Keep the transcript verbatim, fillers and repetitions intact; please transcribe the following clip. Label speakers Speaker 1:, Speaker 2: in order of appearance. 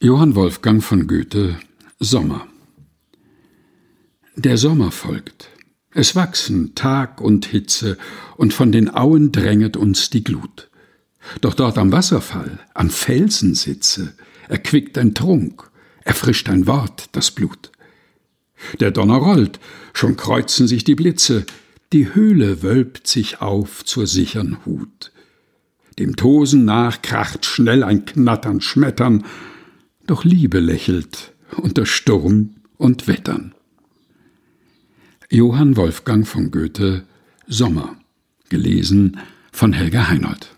Speaker 1: Johann Wolfgang von Goethe, Sommer. Der Sommer folgt. Es wachsen Tag und Hitze, und von den Auen dränget uns die Glut. Doch dort am Wasserfall, am Felsen sitze, erquickt ein Trunk, erfrischt ein Wort das Blut. Der Donner rollt, schon kreuzen sich die Blitze, die Höhle wölbt sich auf zur sichern Hut. Dem Tosen nach kracht schnell ein Knattern, Schmettern, doch Liebe lächelt unter Sturm und Wettern. Johann Wolfgang von Goethe, Sommer, gelesen von Helga Heinold.